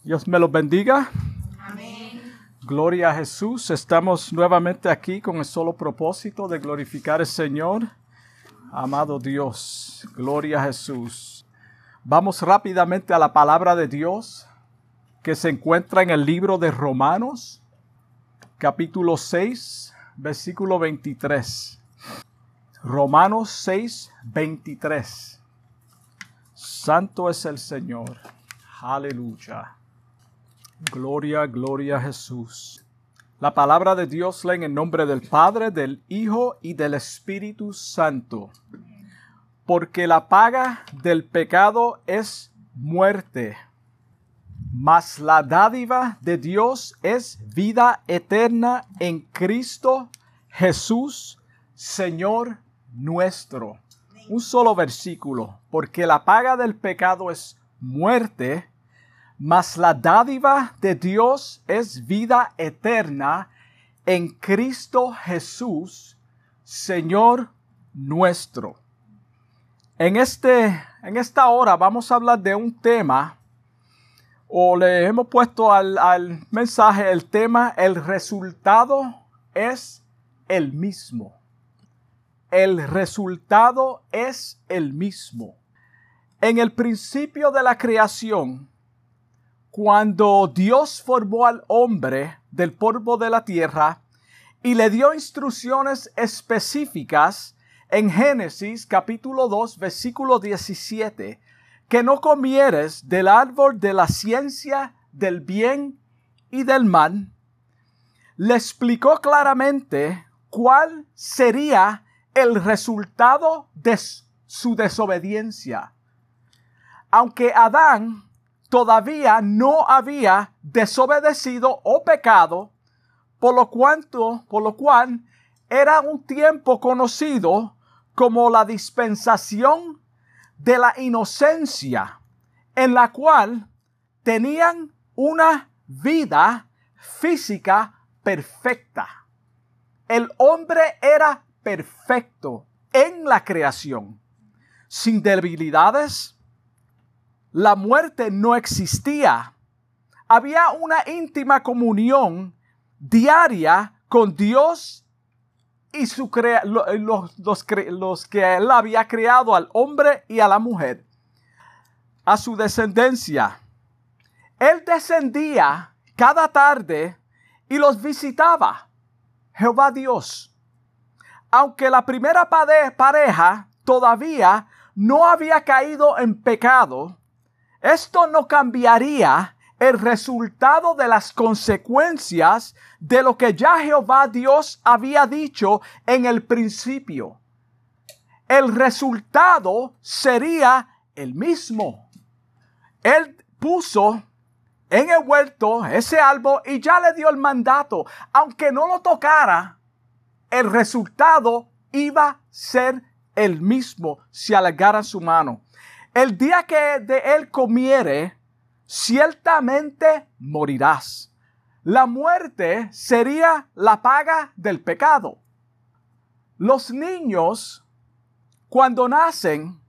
Dios me los bendiga. Amén. Gloria a Jesús. Estamos nuevamente aquí con el solo propósito de glorificar al Señor. Amado Dios, gloria a Jesús. Vamos rápidamente a la palabra de Dios que se encuentra en el libro de Romanos, capítulo 6, versículo 23. Romanos 6, 23. Santo es el Señor. Aleluya. Gloria, gloria a Jesús. La palabra de Dios lee en el nombre del Padre, del Hijo y del Espíritu Santo. Porque la paga del pecado es muerte, mas la dádiva de Dios es vida eterna en Cristo Jesús, Señor nuestro. Un solo versículo. Porque la paga del pecado es muerte, mas la dádiva de Dios es vida eterna en Cristo Jesús, Señor nuestro. En esta hora vamos a hablar de un tema, o le hemos puesto al mensaje el tema, el resultado es el mismo. El resultado es el mismo. En el principio de la creación, cuando Dios formó al hombre del polvo de la tierra y le dio instrucciones específicas en Génesis capítulo 2 versículo 17, que no comieres del árbol de la ciencia del bien y del mal, le explicó claramente cuál sería el resultado de su desobediencia. Aunque Adán todavía no había desobedecido o pecado, por lo cual era un tiempo conocido como la dispensación de la inocencia, en la cual tenían una vida física perfecta. El hombre era perfecto en la creación, sin debilidades. La muerte no existía. Había una íntima comunión diaria con Dios y los que Él había creado, al hombre y a la mujer, a su descendencia. Él descendía cada tarde y los visitaba, Jehová Dios. Aunque la primera pareja todavía no había caído en pecado, esto no cambiaría el resultado de las consecuencias de lo que ya Jehová Dios había dicho en el principio. El resultado sería el mismo. Él puso en el huerto ese árbol y ya le dio el mandato. Aunque no lo tocara, el resultado iba a ser el mismo si alargara su mano. El día que de él comiere, ciertamente morirás. La muerte sería la paga del pecado. Los niños, cuando nacen,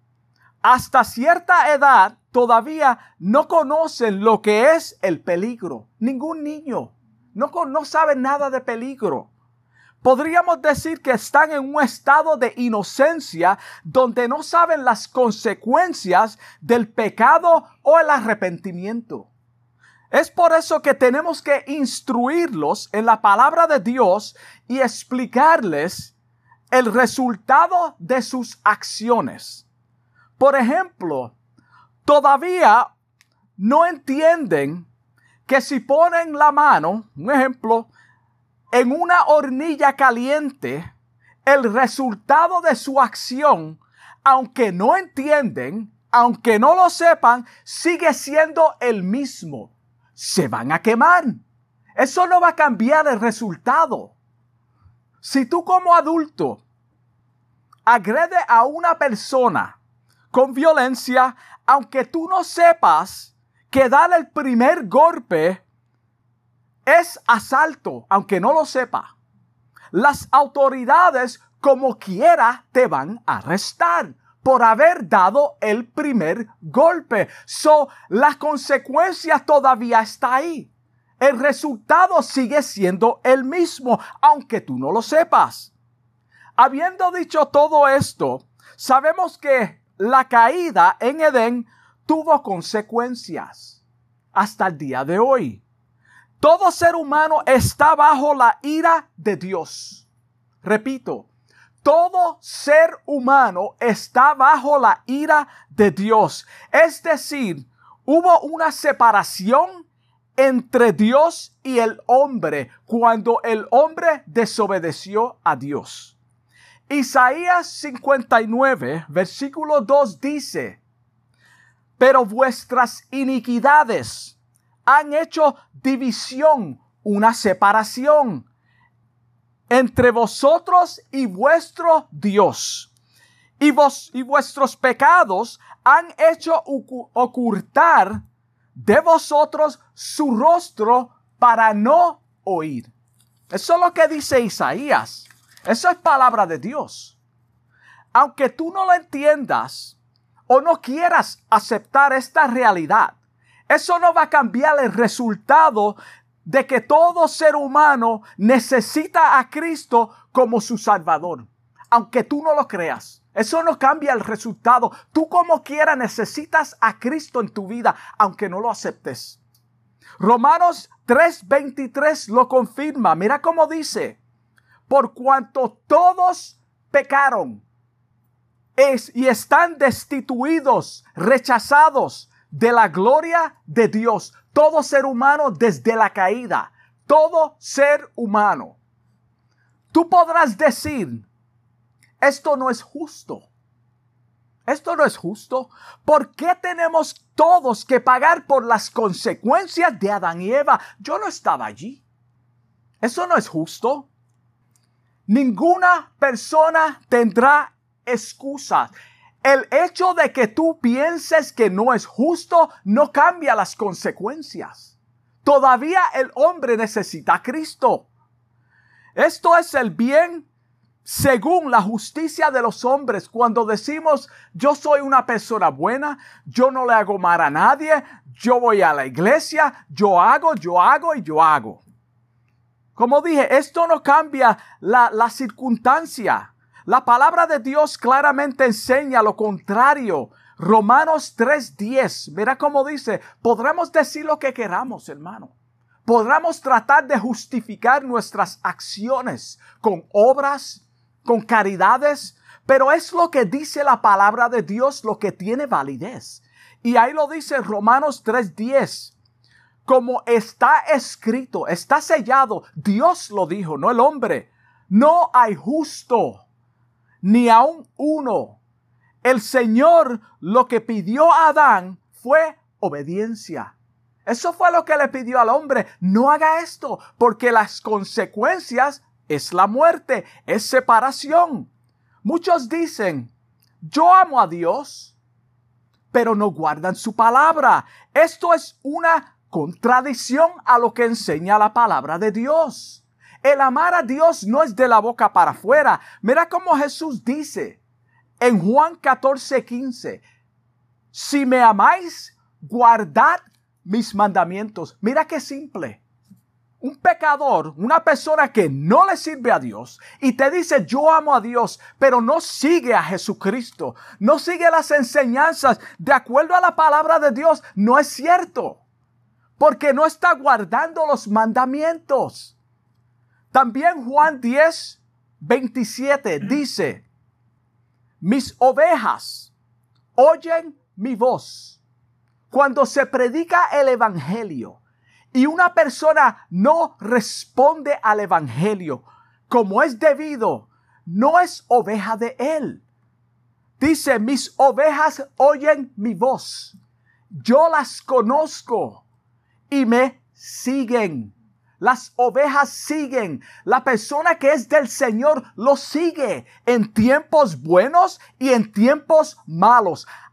hasta cierta edad, todavía no conocen lo que es el peligro. Ningún niño no sabe nada de peligro. Podríamos decir que están en un estado de inocencia donde no saben las consecuencias del pecado o el arrepentimiento. Es por eso que tenemos que instruirlos en la palabra de Dios y explicarles el resultado de sus acciones. Por ejemplo, todavía no entienden que si ponen la mano, un ejemplo, en una hornilla caliente, el resultado de su acción, aunque no entienden, aunque no lo sepan, sigue siendo el mismo. Se van a quemar. Eso no va a cambiar el resultado. Si tú como adulto agredes a una persona con violencia, aunque tú no sepas que darle el primer golpe es asalto, aunque no lo sepa, las autoridades como quiera te van a arrestar por haber dado el primer golpe. La consecuencia todavía está ahí. El resultado sigue siendo el mismo, aunque tú no lo sepas. Habiendo dicho todo esto, sabemos que la caída en Edén tuvo consecuencias hasta el día de hoy. Todo ser humano está bajo la ira de Dios. Repito, todo ser humano está bajo la ira de Dios. Es decir, hubo una separación entre Dios y el hombre cuando el hombre desobedeció a Dios. Isaías 59, versículo 2 dice: pero vuestras iniquidades han hecho división, una separación entre vosotros y vuestro Dios. Y vuestros pecados han hecho ocultar de vosotros su rostro para no oír. Eso es lo que dice Isaías. Eso es palabra de Dios. Aunque tú no lo entiendas o no quieras aceptar esta realidad, eso no va a cambiar el resultado de que todo ser humano necesita a Cristo como su Salvador. Aunque tú no lo creas, eso no cambia el resultado. Tú como quiera necesitas a Cristo en tu vida, aunque no lo aceptes. Romanos 3:23 lo confirma. Mira cómo dice: por cuanto todos pecaron y están destituidos, rechazados de la gloria de Dios. Todo ser humano desde la caída. Todo ser humano. Tú podrás decir: esto no es justo. Esto no es justo. ¿Por qué tenemos todos que pagar por las consecuencias de Adán y Eva? Yo no estaba allí. Eso no es justo. Ninguna persona tendrá excusas. El hecho de que tú pienses que no es justo no cambia las consecuencias. Todavía el hombre necesita a Cristo. Esto es el bien según la justicia de los hombres. Cuando decimos: yo soy una persona buena, yo no le hago mal a nadie, yo voy a la iglesia, yo hago. Como dije, esto no cambia la circunstancia. La palabra de Dios claramente enseña lo contrario. Romanos 3:10. Mira cómo dice: podremos decir lo que queramos, hermano. Podremos tratar de justificar nuestras acciones con obras, con caridades, pero es lo que dice la palabra de Dios lo que tiene validez. Y ahí lo dice Romanos 3:10. Como está escrito, está sellado. Dios lo dijo, no el hombre. No hay justo, ni aun uno. El Señor lo que pidió a Adán fue obediencia. Eso fue lo que le pidió al hombre. No haga esto, porque las consecuencias es la muerte, es separación. Muchos dicen: yo amo a Dios, pero no guardan su palabra. Esto es una contradicción a lo que enseña la palabra de Dios. El amar a Dios no es de la boca para afuera. Mira cómo Jesús dice en Juan 14:15: si me amáis, guardad mis mandamientos. Mira qué simple. Un pecador, una persona que no le sirve a Dios y te dice: yo amo a Dios, pero no sigue a Jesucristo, no sigue las enseñanzas de acuerdo a la palabra de Dios, no es cierto, porque no está guardando los mandamientos. También Juan 10:27 dice: mis ovejas oyen mi voz. Cuando se predica el evangelio y una persona no responde al evangelio como es debido, no es oveja de él. Dice: mis ovejas oyen mi voz. Yo las conozco y me siguen. Las ovejas siguen. La persona que es del Señor lo sigue en tiempos buenos y en tiempos malos.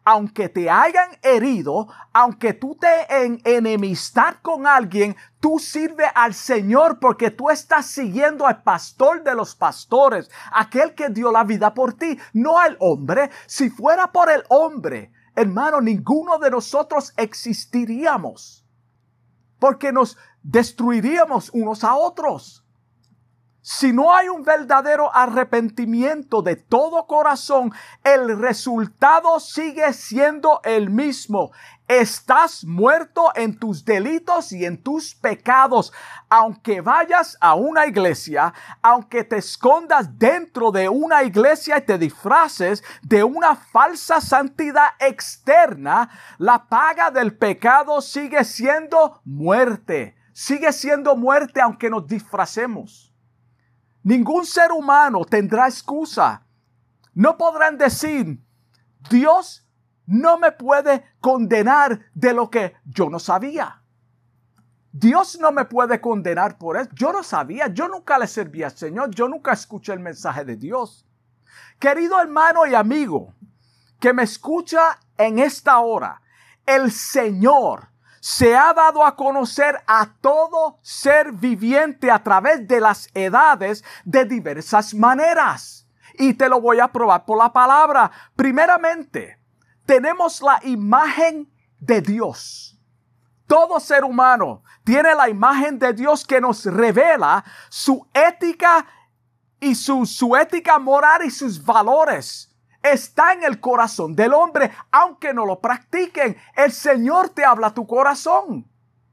aunque te hayan herido, aunque tú te en enemistad con alguien, tú sirves al Señor porque tú estás siguiendo al pastor de los pastores, aquel que dio la vida por ti, no al hombre. Si fuera por el hombre, hermano, ninguno de nosotros existiríamos, porque nos destruiríamos unos a otros. Si no hay un verdadero arrepentimiento de todo corazón, el resultado sigue siendo el mismo. Estás muerto en tus delitos y en tus pecados. Aunque vayas a una iglesia, aunque te escondas dentro de una iglesia y te disfraces de una falsa santidad externa, la paga del pecado sigue siendo muerte. Sigue siendo muerte aunque nos disfracemos. Ningún ser humano tendrá excusa. No podrán decir, Dios no me puede condenar de lo que yo no sabía. Dios no me puede condenar por eso. Yo no sabía, yo nunca le serví al Señor, yo nunca escuché el mensaje de Dios. Querido hermano y amigo que me escucha en esta hora, el Señor se ha dado a conocer a todo ser viviente a través de las edades de diversas maneras. Y te lo voy a probar por la palabra. Primeramente, tenemos la imagen de Dios. Todo ser humano tiene la imagen de Dios que nos revela su ética y su ética moral y sus valores. Está en el corazón del hombre, aunque no lo practiquen. El Señor te habla a tu corazón.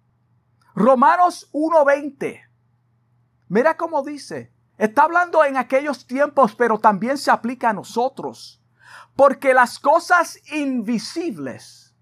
Romanos 1:20. Mira cómo dice. Está hablando en aquellos tiempos, pero también se aplica a nosotros. Porque las cosas invisibles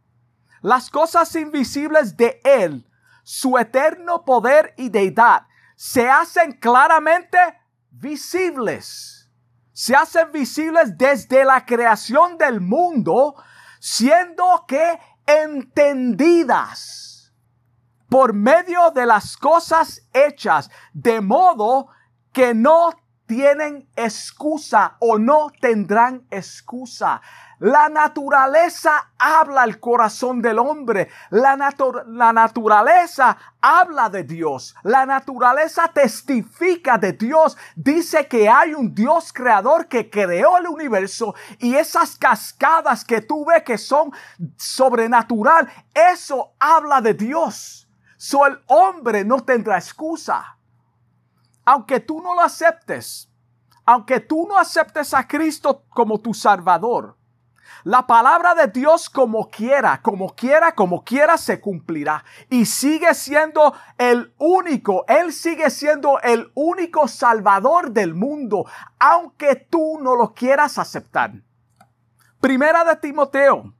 de Él, su eterno poder y deidad, se hacen claramente visibles. Se hacen visibles desde la creación del mundo, siendo que entendidas por medio de las cosas hechas, de modo que no tienen excusa o no tendrán excusa. La naturaleza habla al corazón del hombre. La naturaleza habla de Dios. La naturaleza testifica de Dios. Dice que hay un Dios creador que creó el universo, y esas cascadas que tú ves que son sobrenatural, eso habla de Dios. El hombre no tendrá excusa. Aunque tú no lo aceptes, aunque tú no aceptes a Cristo como tu Salvador, la palabra de Dios como quiera se cumplirá. Y sigue siendo el único, Él sigue siendo el único Salvador del mundo, aunque tú no lo quieras aceptar. Primera de Timoteo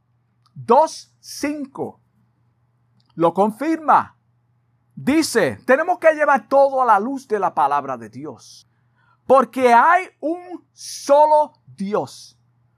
2:5 lo confirma. Dice, tenemos que llevar todo a la luz de la palabra de Dios. Porque hay un solo Dios.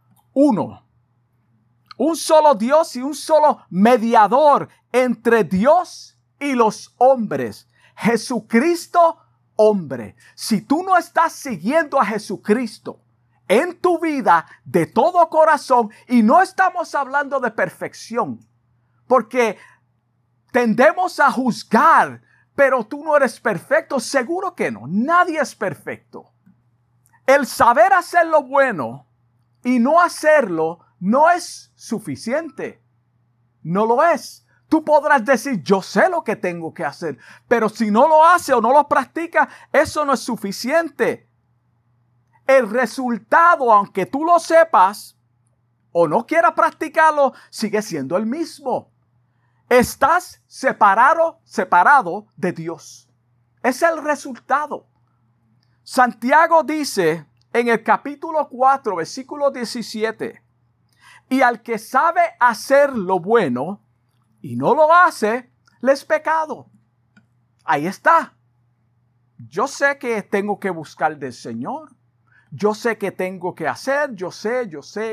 Un solo Dios y un solo mediador entre Dios y los hombres. Jesucristo, hombre. Si tú no estás siguiendo a Jesucristo en tu vida de todo corazón, y no estamos hablando de perfección, porque tendemos a juzgar, pero tú no eres perfecto. Seguro que no. Nadie es perfecto. El saber hacer lo bueno y no hacerlo no es suficiente. No lo es. Tú podrás decir, yo sé lo que tengo que hacer, pero si no lo hace o no lo practica, eso no es suficiente. El resultado, aunque tú lo sepas o no quieras practicarlo, sigue siendo el mismo. Estás separado de Dios. Es el resultado. Santiago dice en el capítulo 4, versículo 17, y al que sabe hacer lo bueno y no lo hace, le es pecado. Ahí está. Yo sé que tengo que buscar del Señor. Yo sé que tengo que hacer. Yo sé.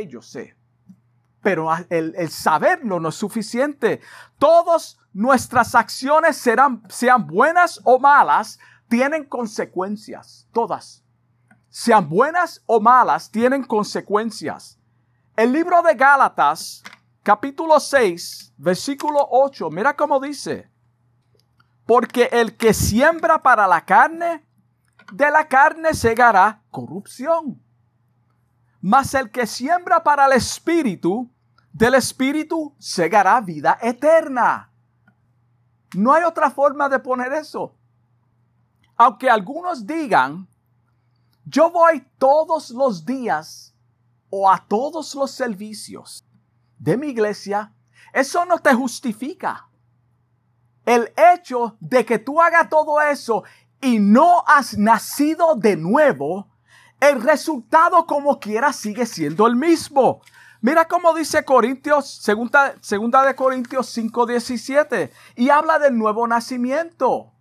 Pero el saberlo no es suficiente. Todas nuestras acciones, sean buenas o malas, tienen consecuencias. Todas. Sean buenas o malas, tienen consecuencias. El libro de Gálatas, capítulo 6, versículo 8, mira cómo dice: porque el que siembra para la carne, de la carne segará corrupción. Mas el que siembra para el espíritu, del espíritu segará vida eterna. No hay otra forma de poner eso. Aunque algunos digan, yo voy todos los días o a todos los servicios de mi iglesia, eso no te justifica. El hecho de que tú hagas todo eso y no has nacido de nuevo, el resultado como quiera sigue siendo el mismo. Mira cómo dice segunda de Corintios 5:17, y habla del nuevo nacimiento.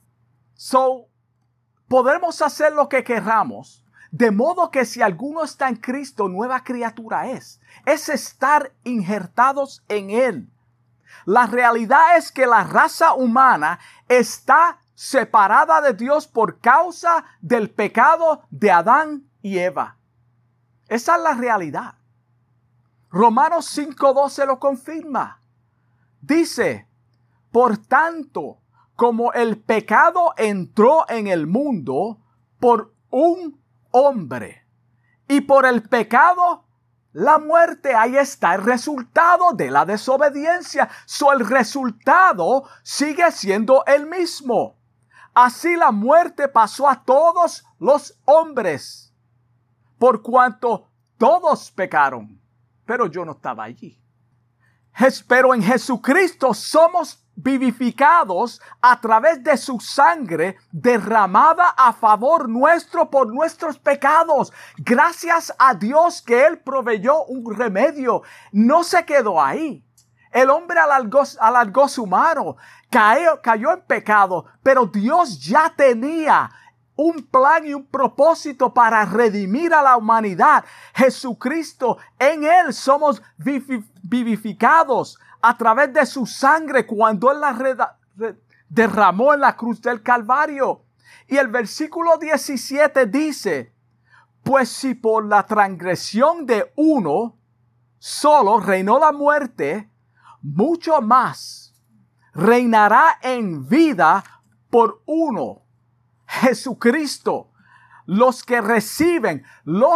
Podemos hacer lo que queramos, de modo que si alguno está en Cristo, nueva criatura es estar injertados en Él. La realidad es que la raza humana está separada de Dios por causa del pecado de Adán y Eva. Esa es la realidad. Romanos 5:12 lo confirma. Dice, por tanto, como el pecado entró en el mundo por un hombre, y por el pecado la muerte, ahí está el resultado de la desobediencia. El resultado sigue siendo el mismo. Así la muerte pasó a todos los hombres, por cuanto todos pecaron. Pero yo no estaba allí. Pero en Jesucristo somos vivificados a través de su sangre derramada a favor nuestro por nuestros pecados. Gracias a Dios que Él proveyó un remedio. No se quedó ahí. El hombre alargó su mano, cayó en pecado, pero Dios ya tenía un plan y un propósito para redimir a la humanidad. Jesucristo, en Él somos vivificados a través de su sangre cuando Él la derramó en la cruz del Calvario. Y el versículo 17 dice, pues si por la transgresión de uno solo reinó la muerte, mucho más reinará en vida por uno, Jesucristo, los que reciben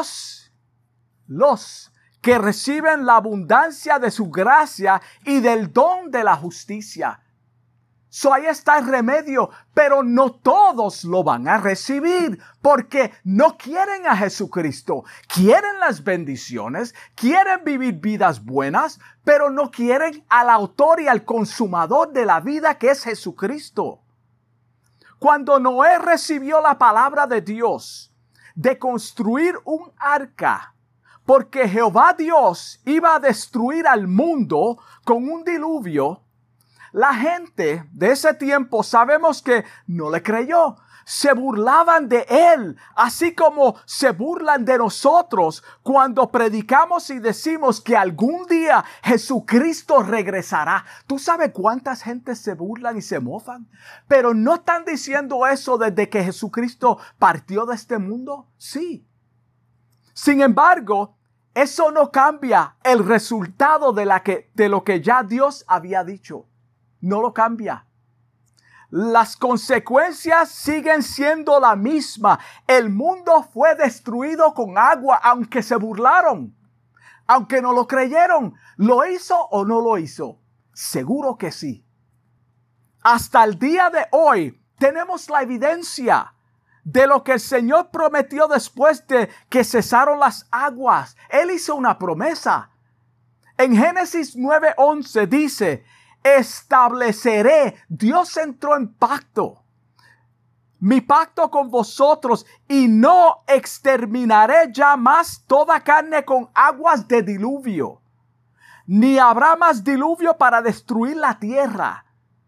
la abundancia de su gracia y del don de la justicia. Ahí está el remedio, pero no todos lo van a recibir porque no quieren a Jesucristo. Quieren las bendiciones, quieren vivir vidas buenas, pero no quieren al autor y al consumador de la vida, que es Jesucristo. Cuando Noé recibió la palabra de Dios de construir un arca, porque Jehová Dios iba a destruir al mundo con un diluvio, la gente de ese tiempo sabemos que no le creyó. Se burlaban de él, así como se burlan de nosotros cuando predicamos y decimos que algún día Jesucristo regresará. ¿Tú sabes cuántas gentes se burlan y se mofan? Pero no están diciendo eso desde que Jesucristo partió de este mundo. Sí. Sin embargo, eso no cambia el resultado de lo que ya Dios había dicho. No lo cambia. Las consecuencias siguen siendo la misma. El mundo fue destruido con agua, aunque se burlaron, aunque no lo creyeron. ¿Lo hizo o no lo hizo? Seguro que sí. Hasta el día de hoy tenemos la evidencia de lo que el Señor prometió después de que cesaron las aguas. Él hizo una promesa. En Génesis 9:11 dice, estableceré, Dios entró en pacto, mi pacto con vosotros, y no exterminaré ya más toda carne con aguas de diluvio, ni habrá más diluvio para destruir la tierra.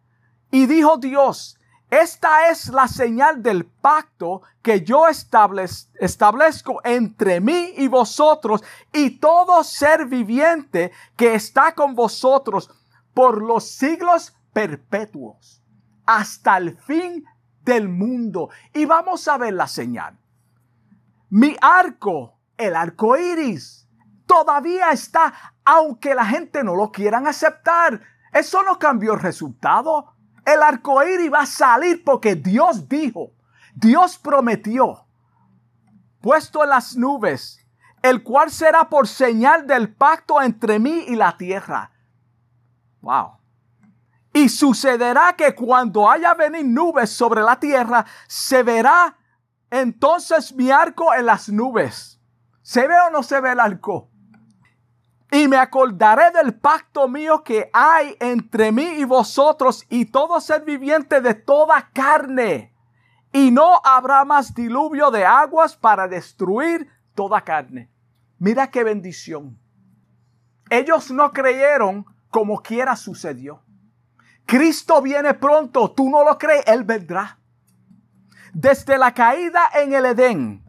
Y dijo Dios, esta es la señal del pacto que yo establezco entre mí y vosotros y todo ser viviente que está con vosotros por los siglos perpetuos, hasta el fin del mundo. Y vamos a ver la señal. Mi arco, el arco iris, todavía está, aunque la gente no lo quieran aceptar. Eso no cambió el resultado. El arco iris va a salir porque Dios dijo, Dios prometió, puesto en las nubes, el cual será por señal del pacto entre mí y la tierra. Wow. Y sucederá que cuando haya venir nubes sobre la tierra, se verá entonces mi arco en las nubes. ¿Se ve o no se ve el arco? Y me acordaré del pacto mío que hay entre mí y vosotros y todo ser viviente de toda carne. Y no habrá más diluvio de aguas para destruir toda carne. Mira qué bendición. Ellos no creyeron, como quiera sucedió. Cristo viene pronto, tú no lo crees, Él vendrá. Desde la caída en el Edén,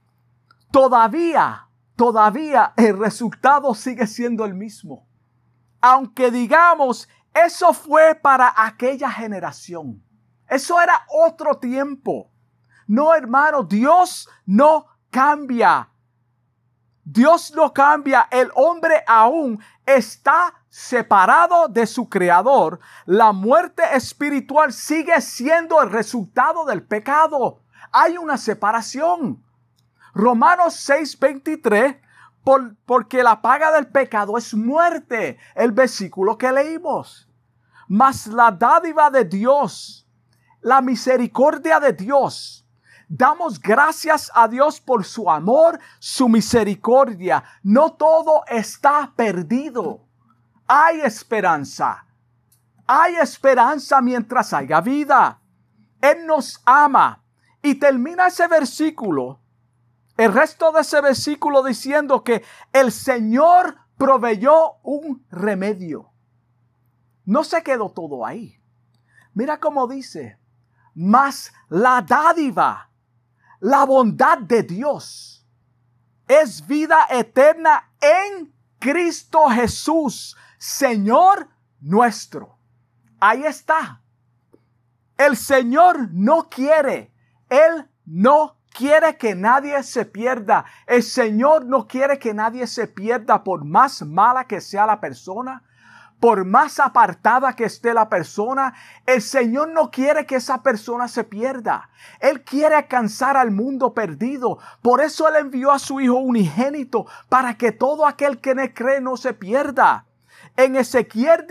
todavía el resultado sigue siendo el mismo. Aunque digamos, eso fue para aquella generación. Eso era otro tiempo. No, hermano, Dios no cambia. Dios no cambia. El hombre aún está separado de su creador. La muerte espiritual sigue siendo el resultado del pecado. Hay una separación. Romanos 6:23, porque la paga del pecado es muerte. El versículo que leímos. Mas la dádiva de Dios, la misericordia de Dios. Damos gracias a Dios por su amor, su misericordia. No todo está perdido. Hay esperanza. Hay esperanza mientras haya vida. Él nos ama. Y termina ese versículo, el resto de ese versículo diciendo que el Señor proveyó un remedio. No se quedó todo ahí. Mira cómo dice, mas la dádiva, la bondad de Dios es vida eterna en Cristo Jesús, Señor nuestro. Ahí está. El Señor no quiere, Él no quiere que nadie se pierda. El Señor no quiere que nadie se pierda, por más mala que sea la persona, por más apartada que esté la persona. El Señor no quiere que esa persona se pierda. Él quiere alcanzar al mundo perdido. Por eso Él envió a su Hijo unigénito, para que todo aquel que en Él cree no se pierda. En Ezequiel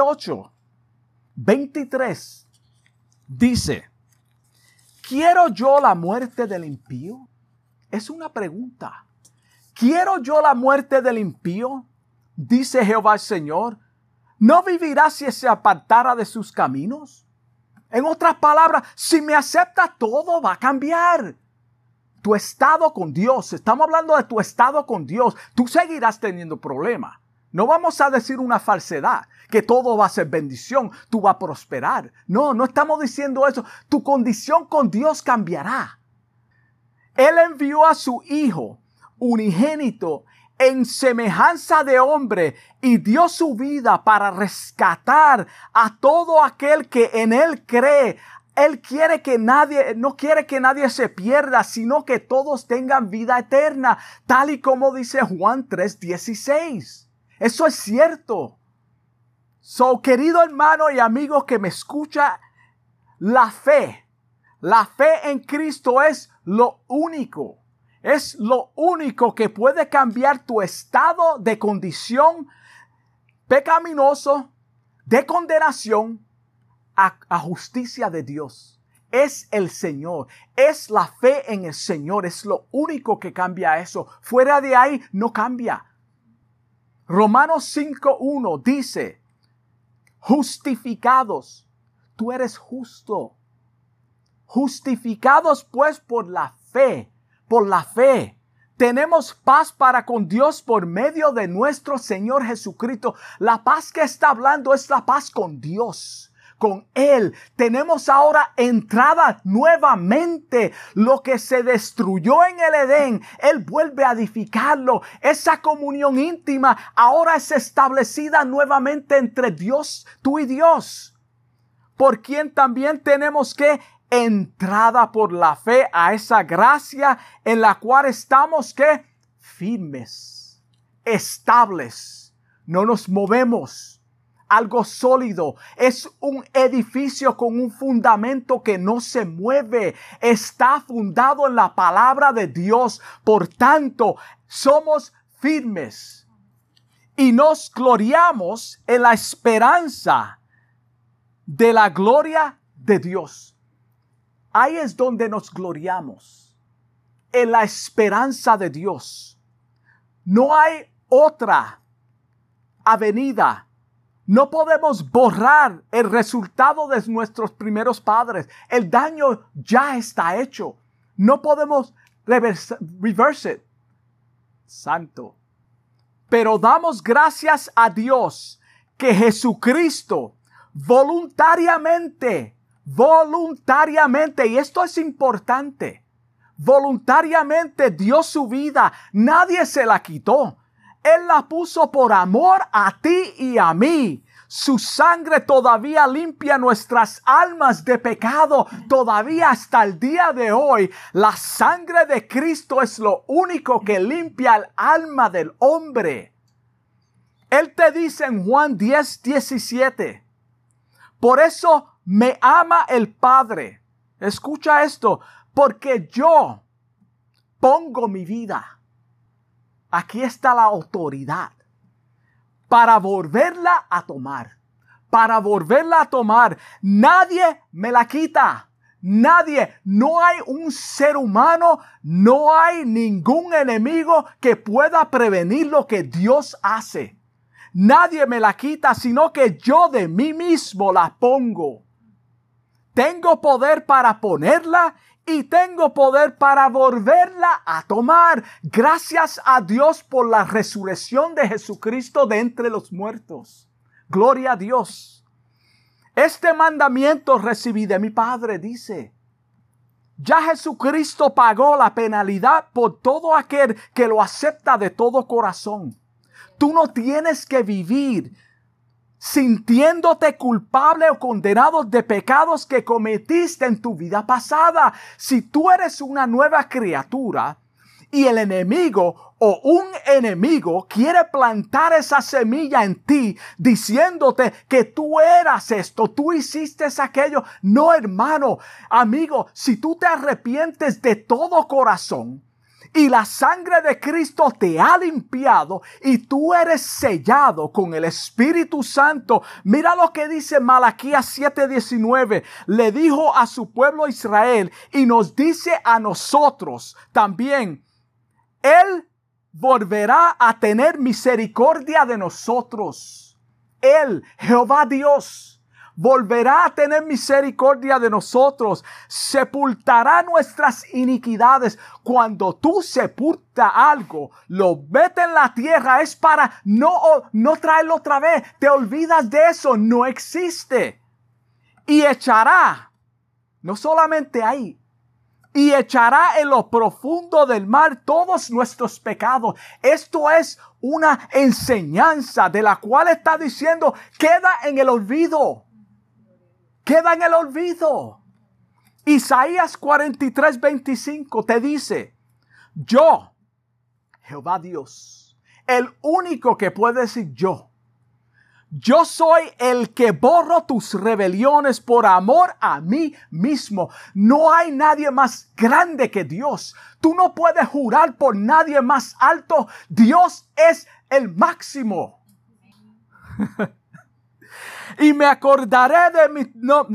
18:23 dice, ¿quiero yo la muerte del impío? Es una pregunta. ¿Quiero yo la muerte del impío? Dice Jehová el Señor. ¿No vivirá si se apartara de sus caminos? En otras palabras, si me acepta, todo va a cambiar. Tu estado con Dios, estamos hablando de tu estado con Dios, tú seguirás teniendo problemas. No vamos a decir una falsedad, que todo va a ser bendición, tú vas a prosperar. No, no estamos diciendo eso. Tu condición con Dios cambiará. Él envió a su Hijo unigénito en semejanza de hombre y dio su vida para rescatar a todo aquel que en Él cree. Él quiere que no quiere que nadie se pierda, sino que todos tengan vida eterna, tal y como dice Juan 3:16. Eso es cierto. Querido hermano y amigo que me escucha, la fe en Cristo es lo único. Es lo único que puede cambiar tu estado de condición pecaminoso, de condenación, a justicia de Dios. Es el Señor. Es la fe en el Señor. Es lo único que cambia eso. Fuera de ahí no cambia. Romanos 5:1 dice, justificados. Tú eres justo. Justificados pues por la fe. Por la fe. Tenemos paz para con Dios por medio de nuestro Señor Jesucristo. La paz que está hablando es la paz con Dios. Con Él tenemos ahora entrada nuevamente. Lo que se destruyó en el Edén, Él vuelve a edificarlo. Esa comunión íntima ahora es establecida nuevamente entre Dios, tú y Dios. Por quien también tenemos que entrada por la fe a esa gracia en la cual estamos ¿qué? Firmes. estables. No nos movemos. Algo sólido. Es un edificio con un fundamento que no se mueve. Está fundado en la palabra de Dios. Por tanto, somos firmes. Y nos gloriamos en la esperanza de la gloria de Dios. Ahí es donde nos gloriamos. En la esperanza de Dios. No hay otra avenida. No podemos borrar el resultado de nuestros primeros padres. El daño ya está hecho. No podemos reverse it. Santo. Pero damos gracias a Dios que Jesucristo voluntariamente, y esto es importante, voluntariamente dio su vida. Nadie se la quitó. Él la puso por amor a ti y a mí. Su sangre todavía limpia nuestras almas de pecado. Todavía hasta el día de hoy, la sangre de Cristo es lo único que limpia el alma del hombre. Él te dice en Juan 10:17, por eso me ama el Padre. Escucha esto, porque yo pongo mi vida. Aquí está la autoridad para volverla a tomar. Para volverla a tomar. Nadie me la quita. Nadie. No hay un ser humano, no hay ningún enemigo que pueda prevenir lo que Dios hace. Nadie me la quita, sino que yo de mí mismo la pongo. Tengo poder para ponerla y tengo poder para volverla a tomar. Gracias a Dios por la resurrección de Jesucristo de entre los muertos. Gloria a Dios. Este mandamiento recibí de mi Padre, dice. Ya Jesucristo pagó la penalidad por todo aquel que lo acepta de todo corazón. Tú no tienes que vivir sintiéndote culpable o condenado de pecados que cometiste en tu vida pasada. Si tú eres una nueva criatura y el enemigo o un enemigo quiere plantar esa semilla en ti diciéndote que tú eras esto, tú hiciste aquello. No, hermano, amigo, si tú te arrepientes de todo corazón y la sangre de Cristo te ha limpiado y tú eres sellado con el Espíritu Santo. Mira lo que dice Malaquías 7:19. Le dijo a su pueblo Israel y nos dice a nosotros también. Él volverá a tener misericordia de nosotros. Él, Jehová Dios, volverá a tener misericordia de nosotros. Sepultará nuestras iniquidades. Cuando tú sepultas algo, lo metes en la tierra, es para no traerlo otra vez. Te olvidas de eso, no existe. Y echará, no solamente ahí, y echará en lo profundo del mar todos nuestros pecados. Esto es una enseñanza de la cual está diciendo, queda en el olvido. Queda en el olvido. Isaías 43:25 te dice, yo, Jehová Dios, el único que puede decir yo soy el que borro tus rebeliones por amor a mí mismo. No hay nadie más grande que Dios. Tú no puedes jurar por nadie más alto. Dios es el máximo. Y me acordaré de mi...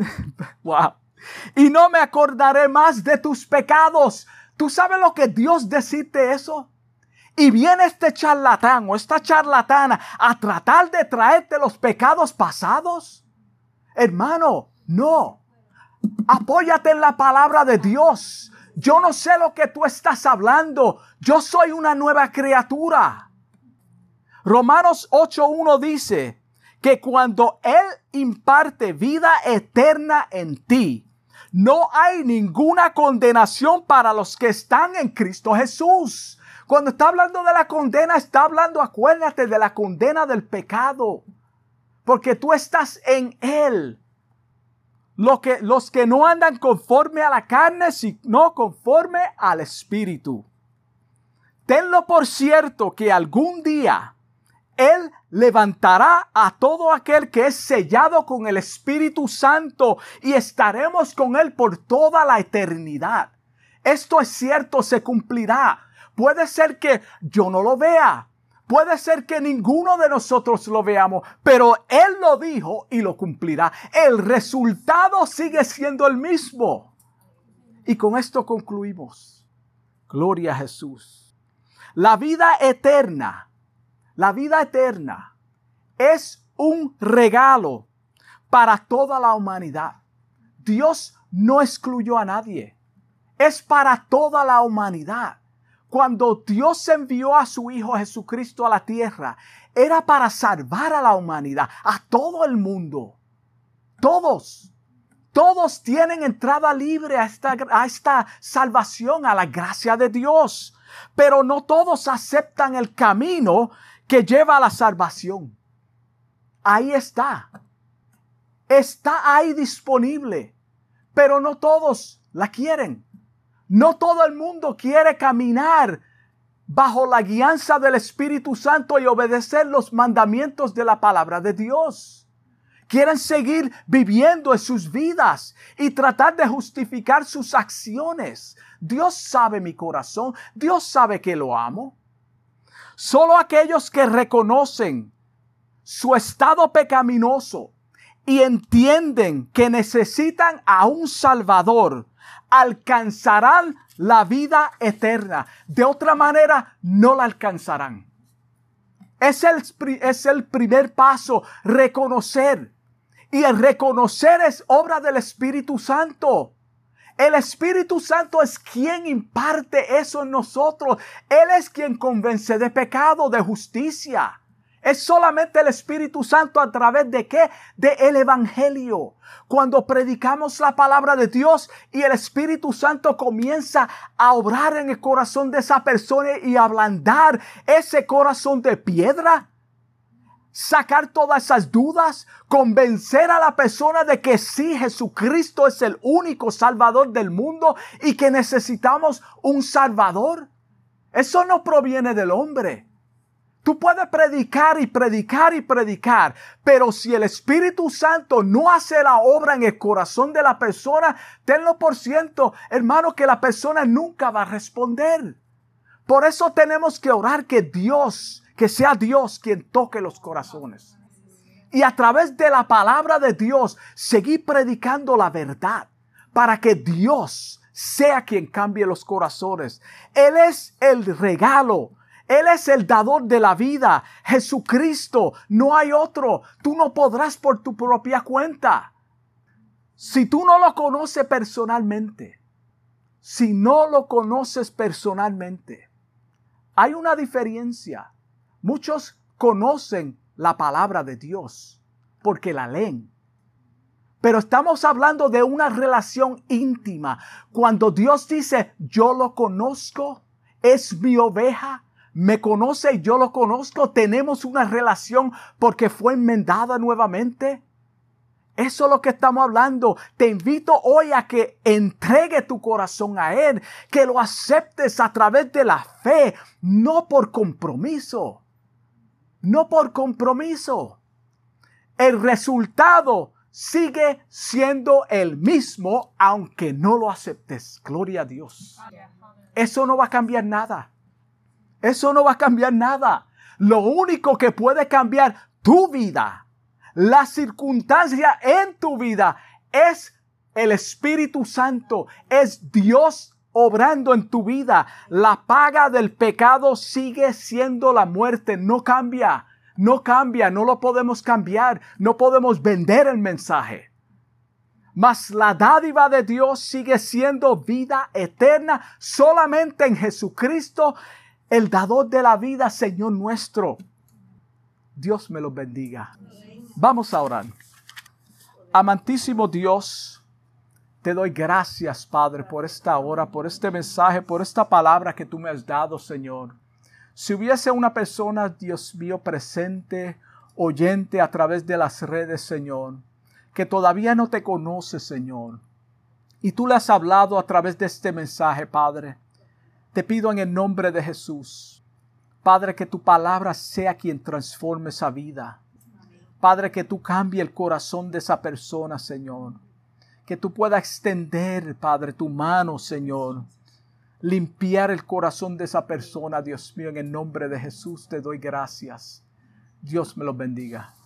Y no me acordaré más de tus pecados. ¿Tú sabes lo que Dios decirte eso? Y viene este charlatán o esta charlatana a tratar de traerte los pecados pasados. Hermano, no. Apóyate en la palabra de Dios. Yo no sé lo que tú estás hablando. Yo soy una nueva criatura. Romanos 8:1 dice que cuando Él imparte vida eterna en ti, no hay ninguna condenación para los que están en Cristo Jesús. Cuando está hablando de la condena, está hablando, acuérdate, de la condena del pecado. Porque tú estás en Él. Los que no andan conforme a la carne, sino conforme al Espíritu. tenlo por cierto que algún día Él levantará a todo aquel que es sellado con el Espíritu Santo y estaremos con Él por toda la eternidad. Esto es cierto, se cumplirá. Puede ser que yo no lo vea. Puede ser que ninguno de nosotros lo veamos, pero Él lo dijo y lo cumplirá. El resultado sigue siendo el mismo. Y con esto concluimos. Gloria a Jesús. La vida eterna es un regalo para toda la humanidad. Dios no excluyó a nadie. Es para toda la humanidad. Cuando Dios envió a su Hijo Jesucristo a la tierra, era para salvar a la humanidad, a todo el mundo. Todos tienen entrada libre a esta salvación, a la gracia de Dios. Pero no todos aceptan el camino que lleva a la salvación. Ahí está. Está ahí disponible. Pero no todos la quieren. No todo el mundo quiere caminar bajo la guianza del Espíritu Santo y obedecer los mandamientos de la palabra de Dios. Quieren seguir viviendo en sus vidas y tratar de justificar sus acciones. Dios sabe mi corazón. Dios sabe que lo amo. Solo aquellos que reconocen su estado pecaminoso y entienden que necesitan a un Salvador alcanzarán la vida eterna. De otra manera, no la alcanzarán. Es el primer paso, reconocer. Y el reconocer es obra del Espíritu Santo. El Espíritu Santo es quien imparte eso en nosotros. Él es quien convence de pecado, de justicia. Es solamente el Espíritu Santo a través de ¿qué? De el Evangelio. Cuando predicamos la palabra de Dios y el Espíritu Santo comienza a obrar en el corazón de esa persona y ablandar ese corazón de piedra. Sacar todas esas dudas, convencer a la persona de que sí, Jesucristo es el único Salvador del mundo y que necesitamos un Salvador. Eso no proviene del hombre. Tú puedes predicar y predicar y predicar, pero si el Espíritu Santo no hace la obra en el corazón de la persona, tenlo por cierto, hermano, que la persona nunca va a responder. Por eso tenemos que orar que sea Dios quien toque los corazones. Y a través de la palabra de Dios, seguir predicando la verdad para que Dios sea quien cambie los corazones. Él es el regalo. Él es el dador de la vida. Jesucristo, no hay otro. Tú no podrás por tu propia cuenta. Si tú no lo conoces personalmente, hay una diferencia. Muchos conocen la palabra de Dios porque la leen. Pero estamos hablando de una relación íntima. Cuando Dios dice, yo lo conozco, es mi oveja, me conoce y yo lo conozco, tenemos una relación porque fue enmendada nuevamente. Eso es lo que estamos hablando. Te invito hoy a que entregue tu corazón a Él, que lo aceptes a través de la fe, no por compromiso. No por compromiso. El resultado sigue siendo el mismo, aunque no lo aceptes. Gloria a Dios. Eso no va a cambiar nada. Eso no va a cambiar nada. Lo único que puede cambiar tu vida, la circunstancia en tu vida, es el Espíritu Santo. Es Dios obrando en tu vida. La paga del pecado sigue siendo la muerte. No cambia. No cambia. No lo podemos cambiar. No podemos vender el mensaje. Mas la dádiva de Dios sigue siendo vida eterna solamente en Jesucristo, el dador de la vida, Señor nuestro. Dios me los bendiga. Vamos a orar. Amantísimo Dios, te doy gracias, Padre, por esta hora, por este mensaje, por esta palabra que tú me has dado, Señor. Si hubiese una persona, Dios mío, presente, oyente a través de las redes, Señor, que todavía no te conoce, Señor, y tú le has hablado a través de este mensaje, Padre, Te pido en el nombre de Jesús, Padre, que tu palabra sea quien transforme esa vida. Padre, que tú cambie el corazón de esa persona, Señor. Que tú puedas extender, Padre, tu mano, Señor. Limpiar el corazón de esa persona, Dios mío, en el nombre de Jesús te doy gracias. Dios me los bendiga.